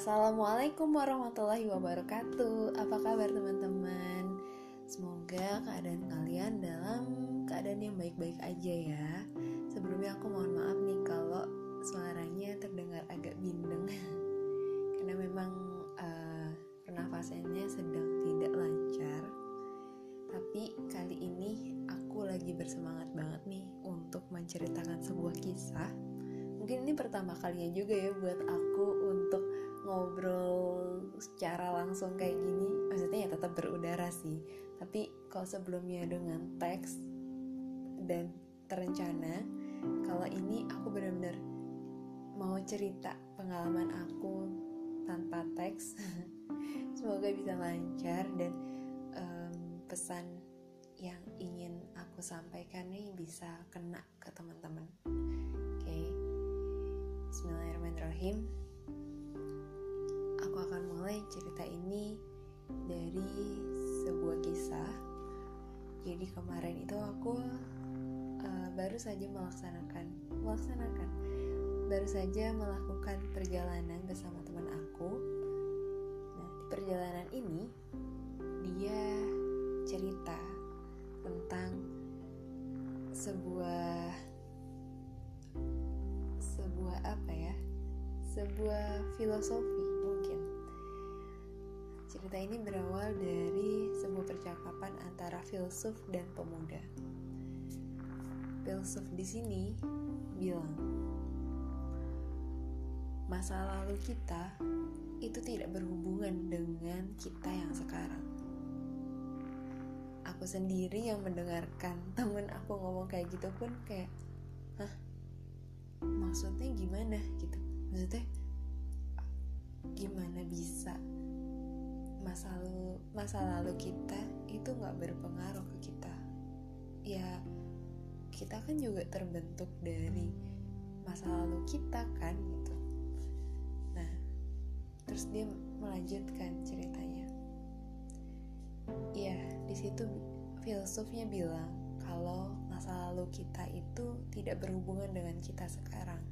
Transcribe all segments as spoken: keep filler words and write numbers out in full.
Assalamualaikum warahmatullahi wabarakatuh. Apa kabar teman-teman? Semoga keadaan kalian dalam keadaan yang baik-baik aja ya. Sebelumnya aku mohon maaf nih kalau suaranya terdengar agak bindeng karena memang uh, pernafasannya sedang tidak lancar. Tapi kali ini aku lagi bersemangat banget nih untuk menceritakan sebuah kisah. Mungkin ini pertama kalinya juga ya buat aku untuk ngobrol secara langsung kayak gini. Maksudnya ya tetap berudara sih, tapi kalau sebelumnya dengan teks dan terencana, kalau ini aku benar-benar mau cerita pengalaman aku tanpa teks. Semoga bisa lancar dan um, pesan yang ingin aku sampaikan nih bisa kena ke teman-teman. Oke, okay. Bismillahirrahmanirrahim. Aku akan mulai cerita ini dari sebuah kisah. Jadi kemarin itu aku uh, baru saja melaksanakan melaksanakan baru saja melakukan perjalanan bersama teman aku. Nah, di perjalanan ini dia cerita tentang sebuah sebuah apa ya? Sebuah filosofi mungkin. Cerita ini berawal dari sebuah percakapan antara filsuf dan pemuda. Filsuf di sini bilang, masa lalu kita itu tidak berhubungan dengan kita yang sekarang. Aku sendiri yang mendengarkan temen aku ngomong kayak gitu pun kayak, hah? Maksudnya gimana gitu? Maksudnya gimana bisa masa lalu masa lalu kita itu nggak berpengaruh ke kita? Ya kita kan juga terbentuk dari masa lalu kita kan gitu. Nah, terus dia melanjutkan ceritanya. Ya di situ filsufnya bilang kalau masa lalu kita itu tidak berhubungan dengan kita sekarang.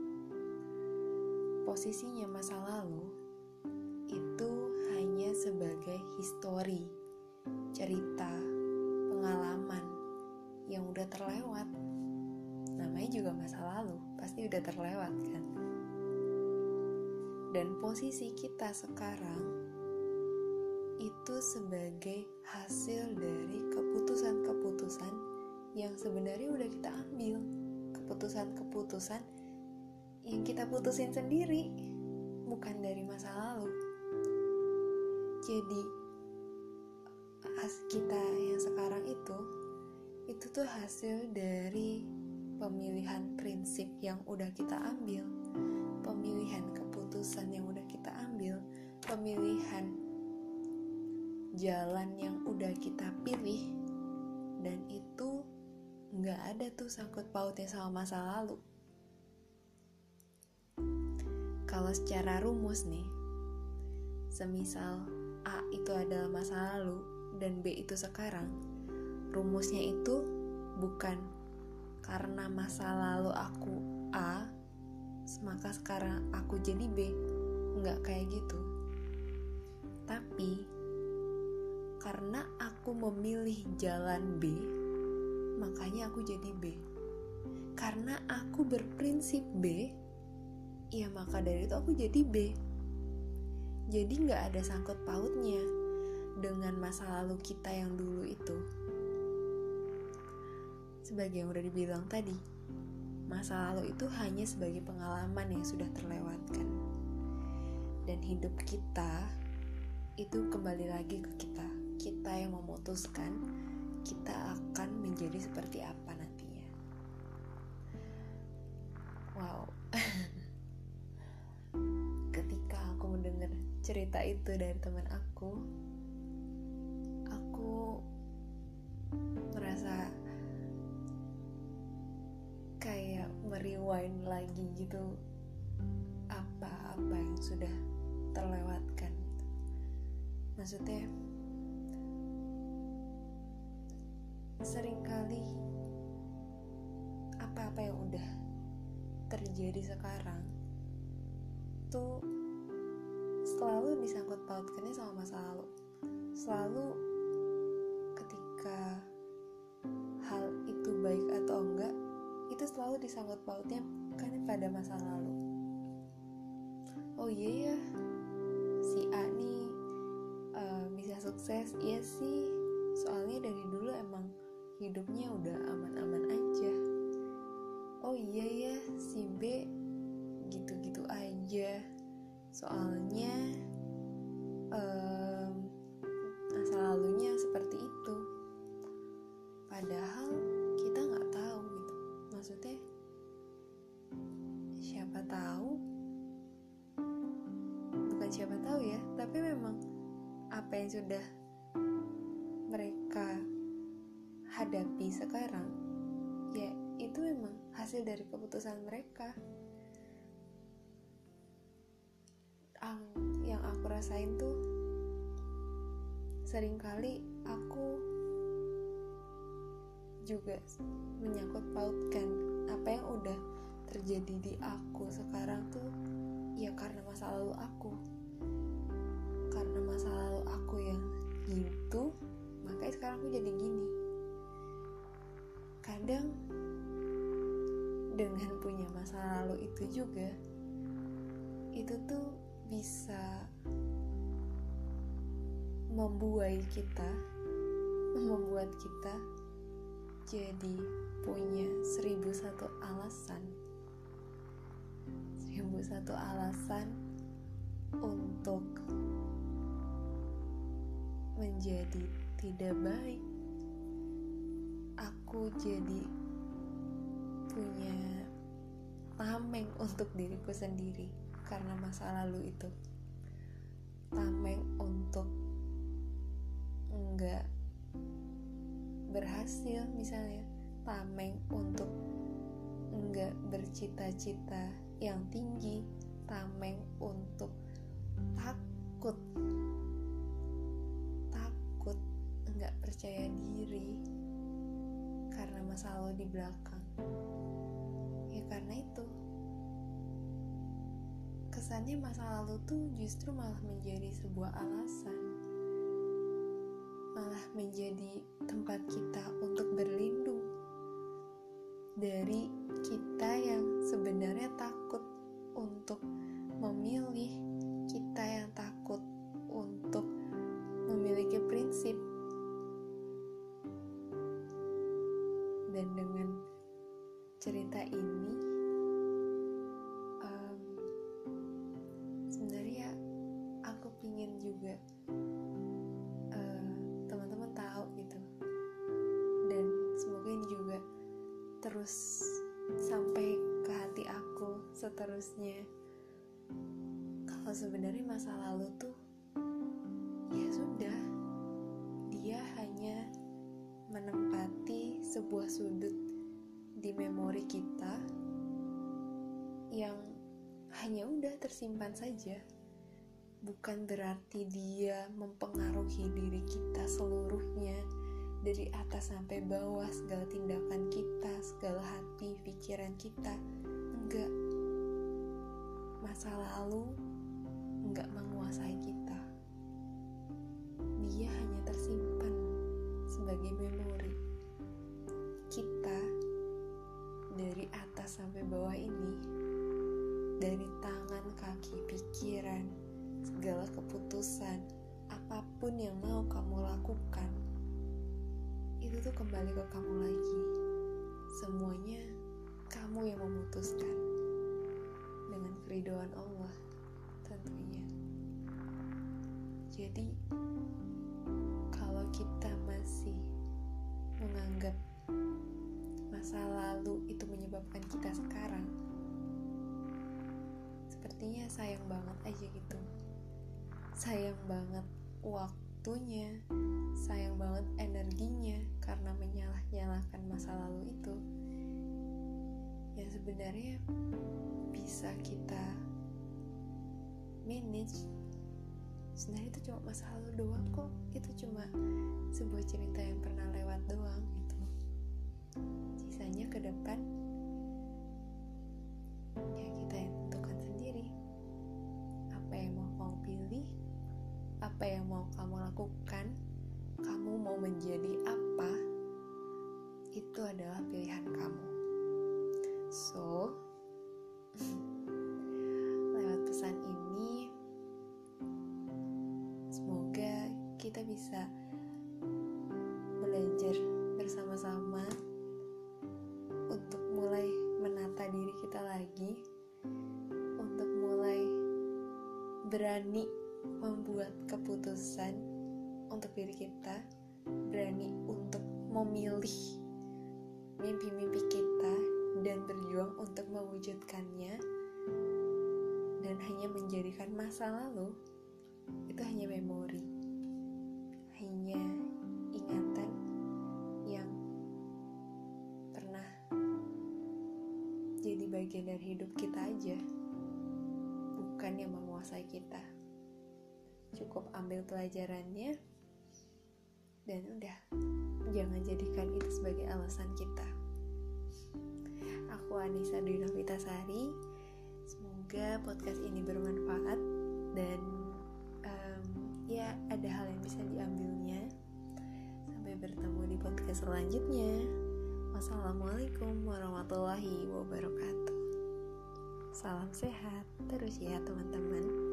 Posisinya masa lalu itu hanya sebagai histori, cerita, pengalaman yang udah terlewat. Namanya juga masa lalu, pasti udah terlewat kan. Dan posisi kita sekarang itu sebagai hasil dari keputusan-keputusan yang sebenarnya udah kita ambil. Keputusan-keputusan yang kita putusin sendiri, bukan dari masa lalu. Jadi kita yang sekarang itu itu tuh hasil dari pemilihan prinsip yang udah kita ambil, pemilihan keputusan yang udah kita ambil, pemilihan jalan yang udah kita pilih. Dan itu gak ada tuh sangkut pautnya sama masa lalu. Kalau secara rumus nih, semisal A itu adalah masa lalu dan B itu sekarang, rumusnya itu bukan karena masa lalu aku A, maka sekarang aku jadi B. Enggak kayak gitu. Tapi karena aku memilih jalan B, makanya aku jadi B. Karena aku berprinsip B, ya maka dari itu aku jadi B. Jadi gak ada sangkut pautnya dengan masa lalu kita yang dulu itu. Sebagai yang udah dibilang tadi, masa lalu itu hanya sebagai pengalaman yang sudah terlewatkan. Dan hidup kita itu kembali lagi ke kita. Kita yang memutuskan kita akan menjadi seperti apa nantinya. Wow. Ketika aku mendengar cerita itu dari teman aku, aku merasa kayak merewind lagi gitu apa-apa yang sudah terlewatkan. Maksudnya seringkali apa-apa yang udah terjadi sekarang tuh selalu disangkut pautkannya sama masa lalu. Selalu ketika hal itu baik atau enggak, itu selalu disangkut pautnya kan pada masa lalu. Oh iya ya, si A nih uh, bisa sukses. Iya sih, soalnya dari dulu emang hidupnya udah aman-aman aja. Oh iya ya, si B gitu-gitu aja, soalnya um, masa lalunya seperti itu. Padahal kita nggak tahu gitu. Maksudnya siapa tahu, bukan siapa tahu ya, tapi memang apa yang sudah mereka hadapi sekarang, ya itu memang hasil dari keputusan mereka. Yang aku rasain tuh, seringkali aku juga menyangkut pautkan apa yang udah terjadi di aku sekarang tuh ya karena masa lalu aku. Karena masa lalu aku yang gitu, makanya sekarang aku jadi gini. Kadang dengan punya masa lalu itu juga, itu tuh bisa membuai kita, membuat kita jadi punya seribu satu alasan, seribu satu alasan untuk menjadi tidak baik. Aku jadi punya tameng untuk diriku sendiri karena masa lalu itu. Tameng untuk enggak berhasil misalnya, tameng untuk enggak bercita-cita yang tinggi, tameng untuk takut takut enggak percaya diri karena masa lalu di belakang. Ya karena itu kesannya masa lalu tuh justru malah menjadi sebuah alasan, malah menjadi tempat kita untuk berlindung dari kita yang sebenarnya takut untuk memilih, kita yang takut untuk memiliki prinsip. Dan dengan cerita ini um, sebenarnya aku pingin juga uh, teman-teman tahu gitu, dan semoga ini juga terus sampai ke hati aku seterusnya, kalau sebenarnya masa lalu tuh ya sudah, dia hanya menempati sebuah sudut di memori kita yang hanya udah tersimpan saja. Bukan berarti dia mempengaruhi diri kita seluruhnya, dari atas sampai bawah, segala tindakan kita, segala hati, pikiran kita. Enggak. Masa lalu enggak menguasai kita. Dia hanya tersimpan sebagai memori. Kita dari atas sampai bawah ini, dari tangan, kaki, pikiran, segala keputusan, apapun yang mau kamu lakukan, itu tuh kembali ke kamu lagi. Semuanya kamu yang memutuskan, dengan keridhaan Allah tentunya. Jadi kalau kita masih menganggap masa lalu itu menyebabkan kita sekarang, sepertinya sayang banget aja gitu. Sayang banget waktunya, sayang banget energinya karena menyalah-nyalahkan masa lalu itu, yang sebenarnya bisa kita manage. Sebenarnya itu cuma masa lalu doang kok, itu cuma sebuah cerita yang pernah lewat doang gitu. Sisanya ke depan ya kita yang tentukan sendiri, apa yang mau kamu pilih, menjadi apa, itu adalah pilihan kamu. So, lewat pesan ini, semoga kita bisa belajar bersama-sama untuk mulai menata diri kita lagi, untuk mulai berani membuat keputusan untuk diri kita, berani untuk memilih mimpi-mimpi kita dan berjuang untuk mewujudkannya, dan hanya menjadikan masa lalu itu hanya memori, hanya ingatan yang pernah jadi bagian dari hidup kita aja, bukan yang menguasai kita. Cukup ambil pelajarannya dan udah, jangan jadikan itu sebagai alasan kita. Aku Anissa Dwi Novitasari. Semoga podcast ini bermanfaat dan um, ya ada hal yang bisa diambilnya. Sampai bertemu di podcast selanjutnya. Wassalamualaikum warahmatullahi wabarakatuh. Salam sehat terus ya teman-teman.